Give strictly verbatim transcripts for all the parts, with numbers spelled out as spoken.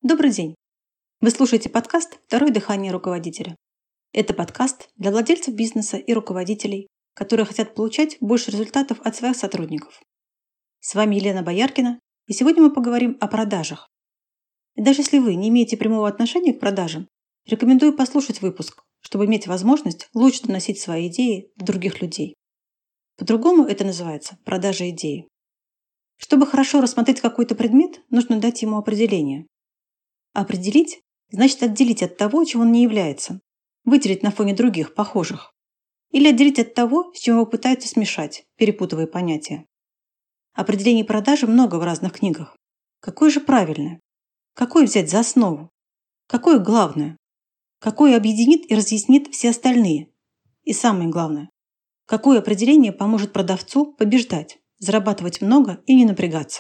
Добрый день! Вы слушаете подкаст «Второе дыхание руководителя». Это подкаст для владельцев бизнеса и руководителей, которые хотят получать больше результатов от своих сотрудников. С вами Елена Бояркина, и сегодня мы поговорим о продажах. И даже если вы не имеете прямого отношения к продажам, рекомендую послушать выпуск, чтобы иметь возможность лучше доносить свои идеи до других людей. По-другому это называется продажа идеи. Чтобы хорошо рассмотреть какой-то предмет, нужно дать ему определение. Определить – значит отделить от того, чем он не является, выделить на фоне других, похожих. Или отделить от того, с чем его пытаются смешать, перепутывая понятия. Определений продажи много в разных книгах. Какое же правильное? Какое взять за основу? Какое главное? Какое объединит и разъяснит все остальные? И самое главное, какое определение поможет продавцу побеждать, зарабатывать много и не напрягаться?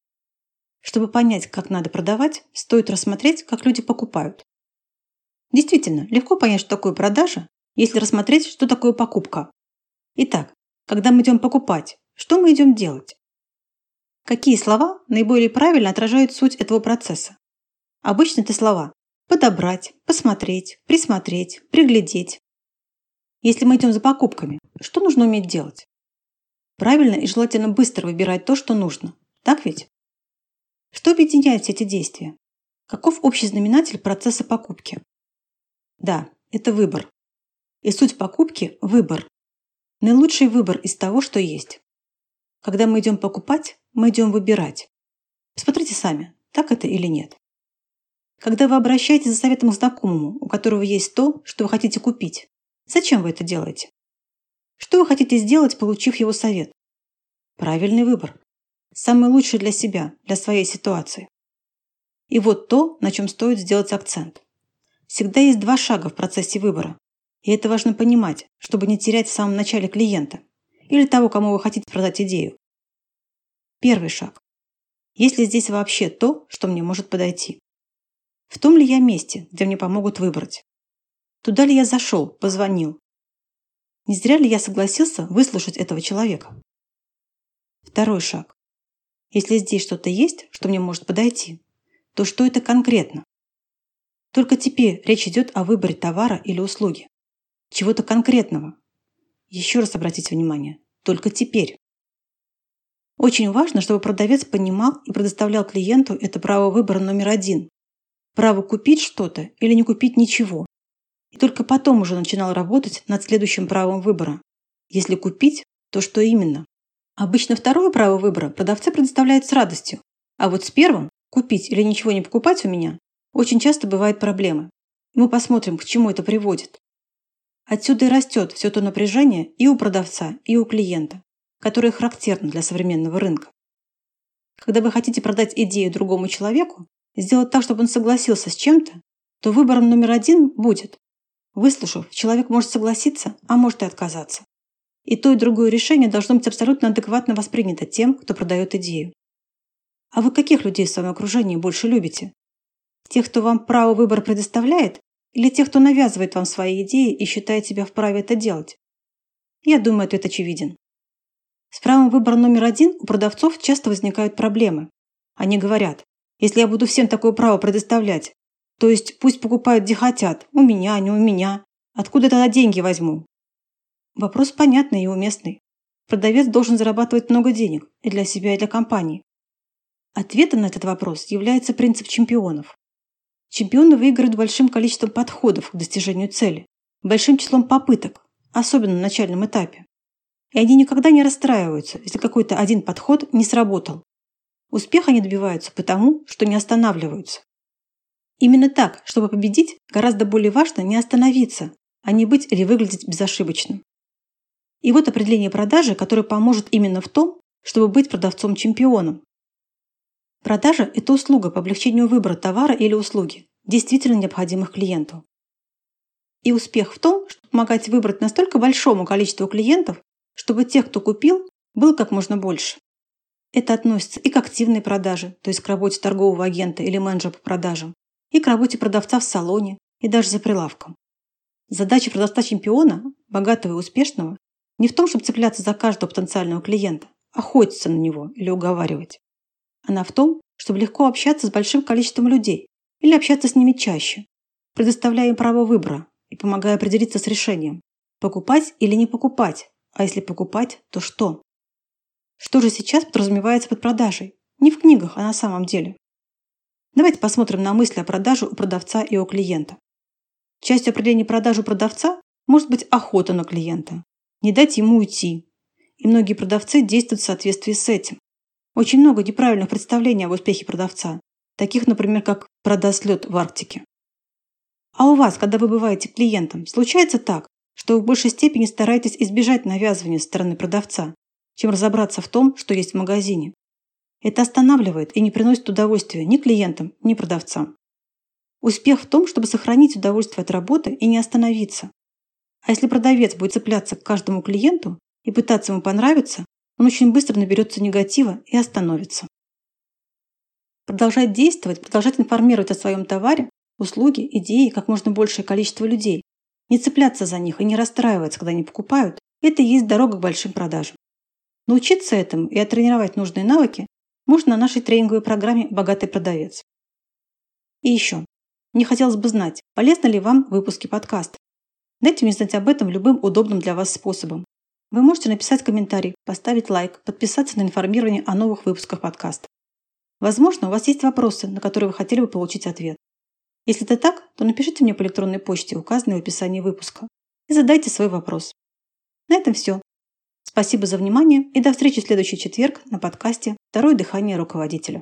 Чтобы понять, как надо продавать, стоит рассмотреть, как люди покупают. Действительно, легко понять, что такое продажа, если рассмотреть, что такое покупка. Итак, когда мы идем покупать, что мы идем делать? Какие слова наиболее правильно отражают суть этого процесса? Обычно это слова «подобрать», «посмотреть», «присмотреть», «приглядеть». Если мы идем за покупками, что нужно уметь делать? Правильно и желательно быстро выбирать то, что нужно. Так ведь? Что объединяет все эти действия? Каков общий знаменатель процесса покупки? Да, это выбор. И суть покупки – выбор. Наилучший выбор из того, что есть. Когда мы идем покупать, мы идем выбирать. Посмотрите сами, так это или нет. Когда вы обращаетесь за советом к знакомому, у которого есть то, что вы хотите купить, зачем вы это делаете? Что вы хотите сделать, получив его совет? Правильный выбор. Самый лучший для себя, для своей ситуации. И вот то, на чем стоит сделать акцент. Всегда есть два шага в процессе выбора. И это важно понимать, чтобы не терять в самом начале клиента или того, кому вы хотите продать идею. Первый шаг. Есть ли здесь вообще то, что мне может подойти? В том ли я месте, где мне помогут выбрать? Туда ли я зашел, позвонил? Не зря ли я согласился выслушать этого человека? Второй шаг. Если здесь что-то есть, что мне может подойти, то что это конкретно? Только теперь речь идет о выборе товара или услуги. Чего-то конкретного. Еще раз обратите внимание, только теперь. Очень важно, чтобы продавец понимал и предоставлял клиенту это право выбора номер один. Право купить что-то или не купить ничего. И только потом уже начинал работать над следующим правом выбора. Если купить, то что именно? Обычно второе право выбора продавцы предоставляют с радостью, а вот с первым – купить или ничего не покупать у меня – очень часто бывают проблемы. И мы посмотрим, к чему это приводит. Отсюда и растет все то напряжение и у продавца, и у клиента, которое характерно для современного рынка. Когда вы хотите продать идею другому человеку, сделать так, чтобы он согласился с чем-то, то выбором номер один будет. Выслушав, человек может согласиться, а может и отказаться. И то, и другое решение должно быть абсолютно адекватно воспринято тем, кто продает идею. А вы каких людей в своем окружении больше любите? Тех, кто вам право выбора предоставляет, или тех, кто навязывает вам свои идеи и считает себя вправе это делать? Я думаю, ответ очевиден. С правом выбора номер один у продавцов часто возникают проблемы. Они говорят, если я буду всем такое право предоставлять, то есть пусть покупают где хотят, у меня, не у меня, откуда тогда деньги возьму? Вопрос понятный и уместный. Продавец должен зарабатывать много денег и для себя, и для компании. Ответом на этот вопрос является принцип чемпионов. Чемпионы выигрывают большим количеством подходов к достижению цели, большим числом попыток, особенно на начальном этапе. И они никогда не расстраиваются, если какой-то один подход не сработал. Успеха они добиваются потому, что не останавливаются. Именно так, чтобы победить, гораздо более важно не остановиться, а не быть или выглядеть безошибочным. И вот определение продажи, которое поможет именно в том, чтобы быть продавцом-чемпионом. Продажа – это услуга по облегчению выбора товара или услуги, действительно необходимых клиенту. И успех в том, чтобы помогать выбрать настолько большому количеству клиентов, чтобы тех, кто купил, было как можно больше. Это относится и к активной продаже, то есть к работе торгового агента или менеджера по продажам, и к работе продавца в салоне, и даже за прилавком. Задача продавца-чемпиона, богатого и успешного, не в том, чтобы цепляться за каждого потенциального клиента, охотиться на него или уговаривать. Она в том, чтобы легко общаться с большим количеством людей или общаться с ними чаще, предоставляя им право выбора и помогая определиться с решением, покупать или не покупать, а если покупать, то что? Что же сейчас подразумевается под продажей? Не в книгах, а на самом деле. Давайте посмотрим на мысли о продаже у продавца и у клиента. Частью определения продажи у продавца может быть охота на клиента, не дать ему уйти. И многие продавцы действуют в соответствии с этим. Очень много неправильных представлений об успехе продавца, таких, например, как «продаст лед в Арктике». А у вас, когда вы бываете клиентом, случается так, что вы в большей степени стараетесь избежать навязывания со стороны продавца, чем разобраться в том, что есть в магазине. Это останавливает и не приносит удовольствия ни клиентам, ни продавцам. Успех в том, чтобы сохранить удовольствие от работы и не остановиться. А если продавец будет цепляться к каждому клиенту и пытаться ему понравиться, он очень быстро наберется негатива и остановится. Продолжать действовать, продолжать информировать о своем товаре, услуге, идее как можно большее количество людей, не цепляться за них и не расстраиваться, когда они покупают – это и есть дорога к большим продажам. Научиться этому и оттренировать нужные навыки можно на нашей тренинговой программе «Богатый продавец». И еще. Мне хотелось бы знать, полезны ли вам выпуски подкаста. Дайте мне знать об этом любым удобным для вас способом. Вы можете написать комментарий, поставить лайк, подписаться на информирование о новых выпусках подкаста. Возможно, у вас есть вопросы, на которые вы хотели бы получить ответ. Если это так, то напишите мне по электронной почте, указанной в описании выпуска, и задайте свой вопрос. На этом все. Спасибо за внимание и до встречи в следующий четверг на подкасте «Второе дыхание руководителя».